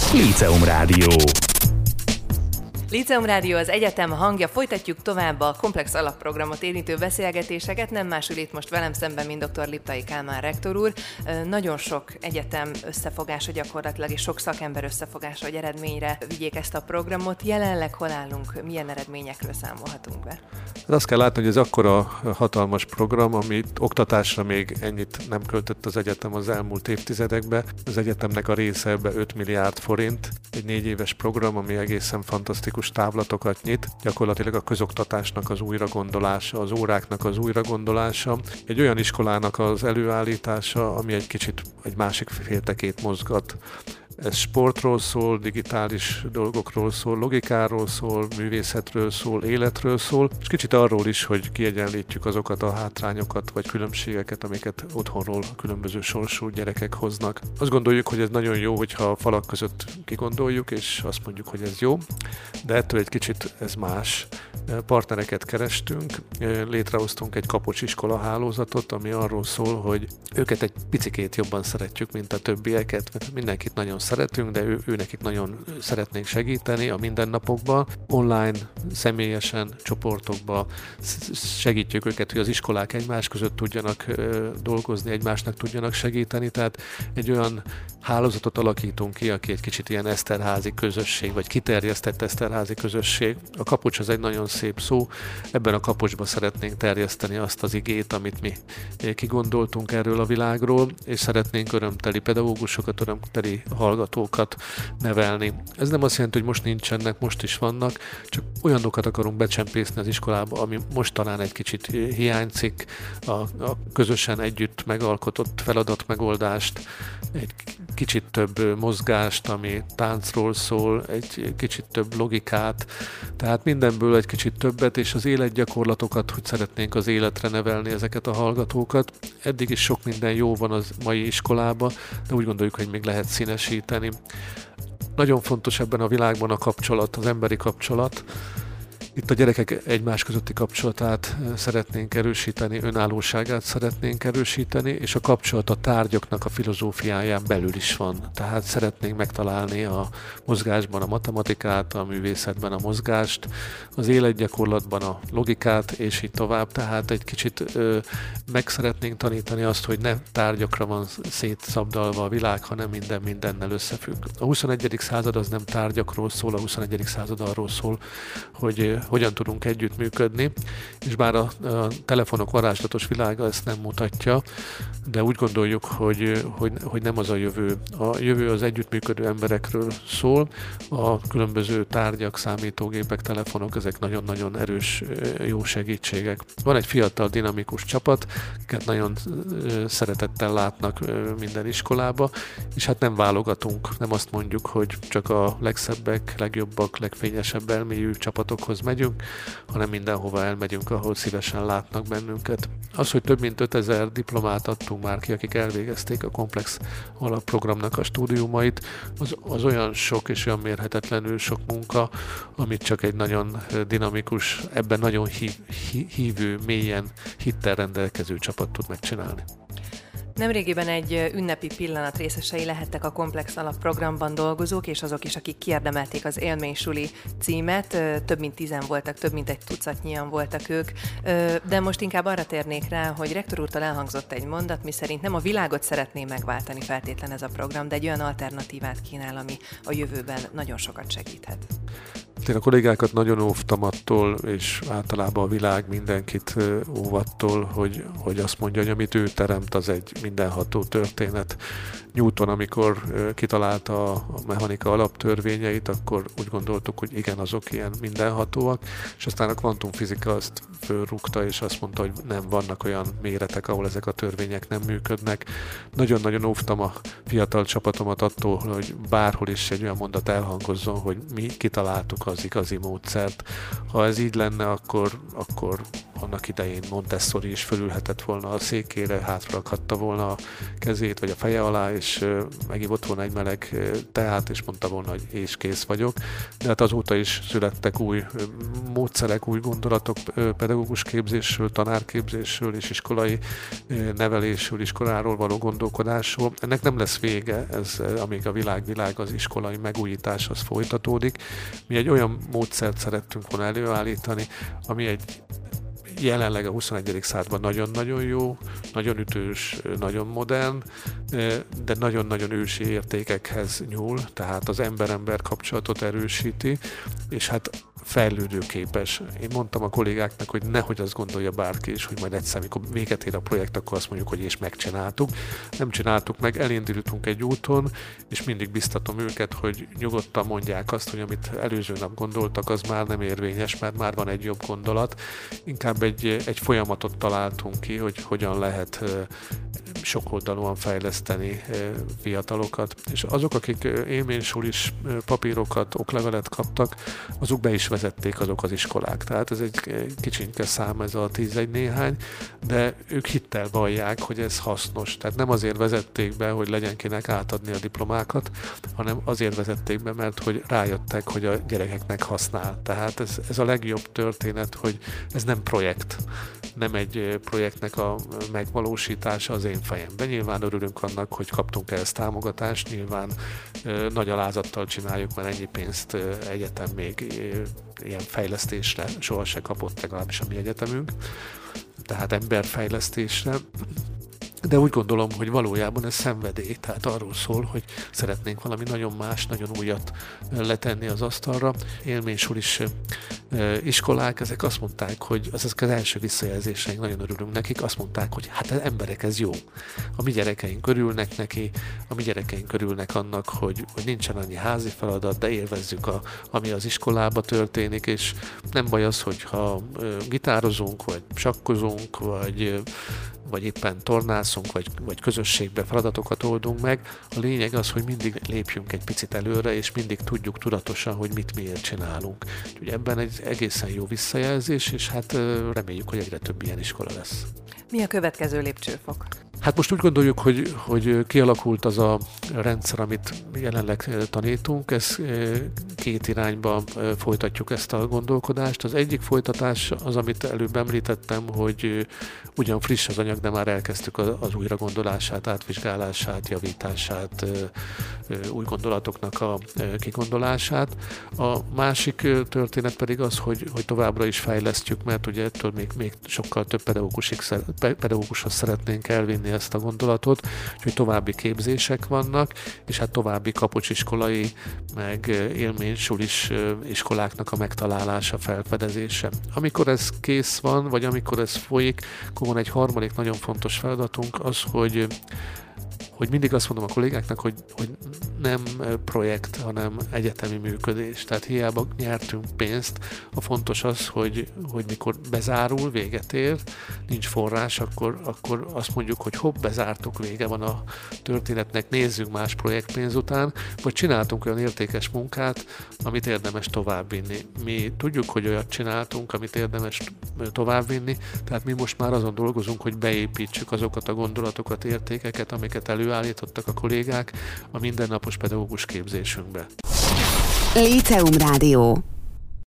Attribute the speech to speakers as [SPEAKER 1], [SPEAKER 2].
[SPEAKER 1] Líceum Rádió.
[SPEAKER 2] Líceum Rádió az egyetem hangja, folytatjuk tovább a komplex alapprogramot érintő beszélgetéseket. Nem más ül itt most velem szemben, mint dr. Liptai Kálmán rektor úr. Nagyon sok egyetem összefogása gyakorlatilag, és sok szakember összefogása, hogy eredményre vigyék ezt a programot. Jelenleg hol állunk, milyen eredményekről számolhatunk be?
[SPEAKER 3] Azt kell látni, hogy ez akkora hatalmas program, amit oktatásra még ennyit nem költött az egyetem az elmúlt évtizedekben. Az egyetemnek a része ebbe 5 milliárd forint. Egy 4 éves program, ami egészen fantasztikus távlatokat nyit, gyakorlatilag a közoktatásnak az újragondolása, az óráknak az újragondolása, egy olyan iskolának az előállítása, ami egy kicsit egy másik féltekét mozgat. Ez sportról szól, digitális dolgokról szól, logikáról szól, művészetről szól, életről szól, és kicsit arról is, hogy kiegyenlítjük azokat a hátrányokat vagy különbségeket, amiket otthonról a különböző sorsú gyerekek hoznak. Azt gondoljuk, hogy ez nagyon jó, hogyha a falak között kigondoljuk, és azt mondjuk, hogy ez jó, de ettől egy kicsit ez más. Partnereket kerestünk, létrehoztunk egy Kapocs iskola hálózatot, ami arról szól, hogy őket egy picikét jobban szeretjük, mint a többieket, mert mindenkit nagyon szeretünk, de őnekik nagyon szeretnénk segíteni a mindennapokban, online, személyesen, csoportokban segítjük őket, hogy az iskolák egymás között tudjanak dolgozni, egymásnak tudjanak segíteni, tehát egy olyan hálózatot alakítunk ki, aki egy kicsit ilyen eszterházi közösség, vagy kiterjesztett eszterházi közösség. A Kapocs az egy nagyon szép szó, ebben a Kapocsban szeretnénk terjeszteni azt az igét, amit mi kigondoltunk erről a világról, és szeretnénk örömteli pedagógusokat, örömteli hallgatókat nevelni. Ez nem azt jelenti, hogy most nincsenek, most is vannak, csak olyanokat akarunk becsempészni az iskolába, ami most talán egy kicsit hiányzik, a közösen együtt megalkotott feladatmegoldást, egy kicsit több mozgást, ami táncról szól, egy kicsit több logikát, tehát mindenből egy kicsit többet, és az életgyakorlatokat, hogy szeretnénk az életre nevelni ezeket a hallgatókat. Eddig is sok minden jó van az mai iskolában, de úgy gondoljuk, hogy még lehet színesíteni. Nagyon fontos ebben a világban a kapcsolat, az emberi kapcsolat. Itt a gyerekek egymás közötti kapcsolatát szeretnénk erősíteni, önállóságát szeretnénk erősíteni, és a kapcsolat a tárgyaknak a filozófiáján belül is van. Tehát szeretnénk megtalálni a mozgásban a matematikát, a művészetben a mozgást, az életgyakorlatban a logikát, és így tovább. Tehát egy kicsit meg szeretnénk tanítani azt, hogy ne tárgyakra van szétszabdalva a világ, hanem minden mindennel összefügg. A 21. század az nem tárgyakról szól, a 21. század arról szól, hogy hogyan tudunk együttműködni, és bár a telefonok varázslatos világa ezt nem mutatja, de úgy gondoljuk, hogy nem az a jövő. A jövő az együttműködő emberekről szól, a különböző tárgyak, számítógépek, telefonok, ezek nagyon-nagyon erős, jó segítségek. Van egy fiatal, dinamikus csapat, akiket nagyon szeretettel látnak minden iskolába, és hát nem válogatunk, nem azt mondjuk, hogy csak a legszebbek, legjobbak, legfényesebb elmélyű csapatokhoz megyünk, hanem mindenhova elmegyünk, ahol szívesen látnak bennünket. Az, hogy több mint 5000 diplomát adtunk már ki, akik elvégezték a komplex alapprogramnak a stúdiumait, az olyan sok és olyan mérhetetlenül sok munka, amit csak egy nagyon dinamikus, ebben nagyon hívő, mélyen hittel rendelkező csapat tud megcsinálni.
[SPEAKER 2] Nemrégiben egy ünnepi pillanat részesei lehettek a komplex alapprogramban dolgozók, és azok is, akik kiérdemelték az Élmény Suli címet. Több mint 10 voltak, több mint egy tucatnyian voltak ők. De most inkább arra térnék rá, hogy rektor úrtól elhangzott egy mondat, miszerint nem a világot szeretné megváltani feltétlen ez a program, de egy olyan alternatívát kínál, ami a jövőben nagyon sokat segíthet.
[SPEAKER 3] Én a kollégákat nagyon óvtam attól, és általában a világ mindenkit óv attól, hogy azt mondja, hogy amit ő teremt, az egy mindenható történet. Newton, amikor kitalálta a mechanika alaptörvényeit, akkor úgy gondoltuk, hogy igen, azok ilyen mindenhatóak, és aztán a kvantumfizika azt fölrúgta, és azt mondta, hogy nem, vannak olyan méretek, ahol ezek a törvények nem működnek. Nagyon-nagyon óvtam a fiatal csapatomat attól, hogy bárhol is egy olyan mondat elhangozzon, hogy mi kitaláltuk az igazi módszert. Ha ez így lenne, akkor annak idején Montessori is fölülhetett volna a székére, hátrarakhatta volna a kezét vagy a feje alá, és megívott volna egy meleg teát, és mondta volna, hogy és kész vagyok. De hát azóta is születtek új módszerek, új gondolatok pedagógus képzésről, tanárképzésről és iskolai nevelésről, iskoláról való gondolkodásról. Ennek nem lesz vége, ez amíg a világ az iskolai megújítás az folytatódik. Mi egy olyan módszert szerettünk volna előállítani, ami egy jelenleg a 21. században nagyon-nagyon jó, nagyon ütős, nagyon modern, de nagyon-nagyon ősi értékekhez nyúl, tehát az ember-ember kapcsolatot erősíti, és hát fejlődőképes. Én mondtam a kollégáknak, hogy nehogy azt gondolja bárki is, hogy majd egyszer, amikor véget ér a projekt, akkor azt mondjuk, hogy és megcsináltuk. Nem csináltuk meg, elindultunk egy úton, és mindig biztatom őket, hogy nyugodtan mondják azt, hogy amit előző nap gondoltak, az már nem érvényes, mert már van egy jobb gondolat. Inkább egy folyamatot találtunk ki, hogy hogyan lehet sokoldalúan fejleszteni fiatalokat. És azok, akik élménysulis papírokat, oklevelet kaptak, azok be is vezették azok az iskolák. Tehát ez egy kicsinke szám, ez a 11 néhány, de ők hittel vallják, hogy ez hasznos. Tehát nem azért vezették be, hogy legyen kinek átadni a diplomákat, hanem azért vezették be, mert hogy rájöttek, hogy a gyerekeknek használ. Tehát ez a legjobb történet, hogy ez nem projekt. Nem egy projektnek a megvalósítása az én fejemben. Nyilván örülünk annak, hogy kaptunk ehhez támogatást, nyilván nagy alázattal csináljuk, mert ennyi pénzt egyetem még ilyen fejlesztésre sohasem kapott, legalábbis a mi egyetemünk, tehát emberfejlesztésre. De úgy gondolom, hogy valójában ez szenvedély, tehát arról szól, hogy szeretnénk valami nagyon más, nagyon újat letenni az asztalra. Élménysulis iskolák, ezek azt mondták, hogy az első visszajelzéseink, nagyon örülünk nekik, azt mondták, hogy hát az emberek, ez jó. A mi gyerekeink örülnek neki, a mi gyerekeink örülnek annak, hogy nincsen annyi házi feladat, de élvezzük, ami az iskolába történik, és nem baj az, hogyha gitározunk, vagy sakkozunk, vagy éppen tornászunk, vagy közösségben feladatokat oldunk meg. A lényeg az, hogy mindig lépjünk egy picit előre, és mindig tudjuk tudatosan, hogy mit miért csinálunk. Úgyhogy ebben egy egészen jó visszajelzés, és hát reméljük, hogy egyre több ilyen iskola lesz.
[SPEAKER 2] Mi a következő lépcsőfok?
[SPEAKER 3] Hát most úgy gondoljuk, hogy kialakult az a rendszer, amit jelenleg tanítunk, ez két irányba folytatjuk ezt a gondolkodást. Az egyik folytatás az, amit előbb említettem, hogy ugyan friss az anyag, de már elkezdtük az újragondolását, átvizsgálását, javítását, új gondolatoknak a kigondolását. A másik történet pedig az, hogy továbbra is fejlesztjük, mert ugye ettől még sokkal több pedagógushoz szeretnénk elvinni ezt a gondolatot, úgyhogy további képzések vannak, és hát további kapocsiskolai, meg élménysulis iskoláknak a megtalálása, felfedezése. Amikor ez kész van, vagy amikor ez folyik, akkor van egy harmadik nagyon fontos feladatunk, az, hogy mindig azt mondom a kollégáknak, hogy nem projekt, hanem egyetemi működés. Tehát hiába nyertünk pénzt, a fontos az, hogy mikor bezárul, véget ér, nincs forrás, akkor azt mondjuk, hogy hopp, bezártuk, vége van a történetnek, nézzünk más projektpénz után, vagy csináltunk olyan értékes munkát, amit érdemes továbbvinni. Mi tudjuk, hogy olyat csináltunk, amit érdemes továbbvinni, tehát mi most már azon dolgozunk, hogy beépítsük azokat a gondolatokat, értékeket, amiket előállítottak a kollégák a mindennapos pedagógus képzésünkbe.
[SPEAKER 1] Líceum Rádió.